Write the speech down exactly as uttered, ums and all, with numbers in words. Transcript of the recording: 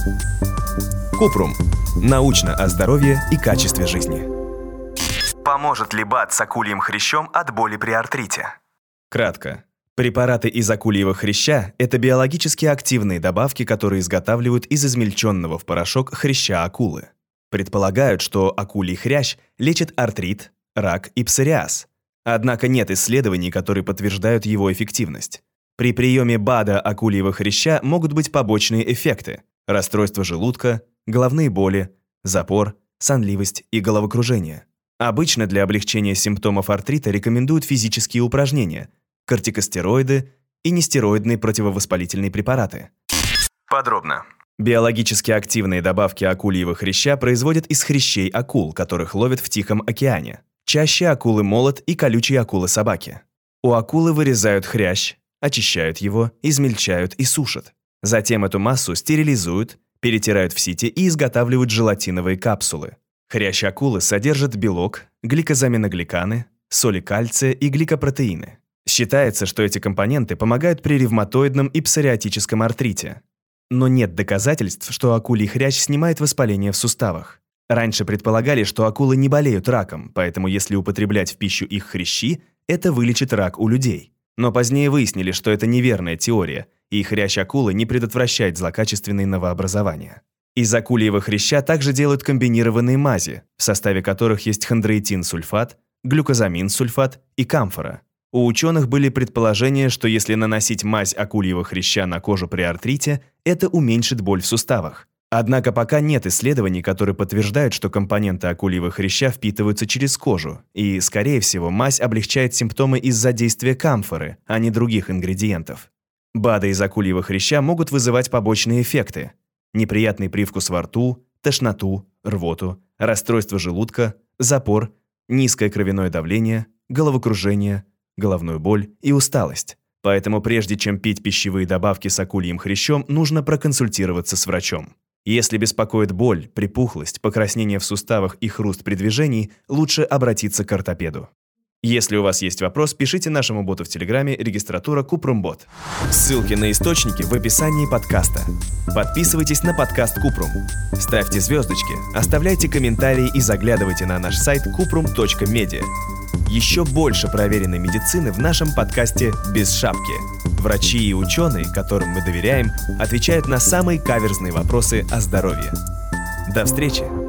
Купрум. Научно о здоровье и качестве жизни. Поможет ли БАД с акульим хрящом от боли при артрите? Кратко. Препараты из акульего хряща – это биологически активные добавки, которые изготавливают из измельченного в порошок хряща акулы. Предполагают, что акулий хрящ лечит артрит, рак и псориаз. Однако нет исследований, которые подтверждают его эффективность. При приеме БАДа акульего хряща могут быть побочные эффекты – расстройство желудка, головные боли, запор, сонливость и головокружение. Обычно для облегчения симптомов артрита рекомендуют физические упражнения, кортикостероиды и нестероидные противовоспалительные препараты. Подробно. Биологически активные добавки акульего хряща производят из хрящей акул, которых ловят в Тихом океане. Чаще акулы-молот и колючие акулы-собаки. У акулы вырезают хрящ, очищают его, измельчают и сушат. Затем эту массу стерилизуют, перетирают в сите и изготавливают желатиновые капсулы. Хрящ акулы содержит белок, гликозаминогликаны, соли кальция и гликопротеины. Считается, что эти компоненты помогают при ревматоидном и псориатическом артрите. Но нет доказательств, что акулий хрящ снимает воспаление в суставах. Раньше предполагали, что акулы не болеют раком, поэтому если употреблять в пищу их хрящи, это вылечит рак у людей. Но позднее выяснили, что это неверная теория, и хрящ акулы не предотвращает злокачественные новообразования. Из акульего хряща также делают комбинированные мази, в составе которых есть хондроитин-сульфат, глюкозамин-сульфат и камфора. У ученых были предположения, что если наносить мазь акульего хряща на кожу при артрите, это уменьшит боль в суставах. Однако пока нет исследований, которые подтверждают, что компоненты акульего хряща впитываются через кожу, и, скорее всего, мазь облегчает симптомы из-за действия камфоры, а не других ингредиентов. БАДы из акульего хряща могут вызывать побочные эффекты: неприятный привкус во рту, тошноту, рвоту, расстройство желудка, запор, низкое кровяное давление, головокружение, головную боль и усталость. Поэтому прежде чем пить пищевые добавки с акульим хрящом, нужно проконсультироваться с врачом. Если беспокоит боль, припухлость, покраснение в суставах и хруст при движении, лучше обратиться к ортопеду. Если у вас есть вопрос, пишите нашему боту в Телеграме, регистратура Купрумбот. Ссылки на источники в описании подкаста. Подписывайтесь на подкаст Купрум. Ставьте звездочки, оставляйте комментарии и заглядывайте на наш сайт купрум точка медиа. Еще больше проверенной медицины в нашем подкасте «Без шапки». Врачи и ученые, которым мы доверяем, отвечают на самые каверзные вопросы о здоровье. До встречи!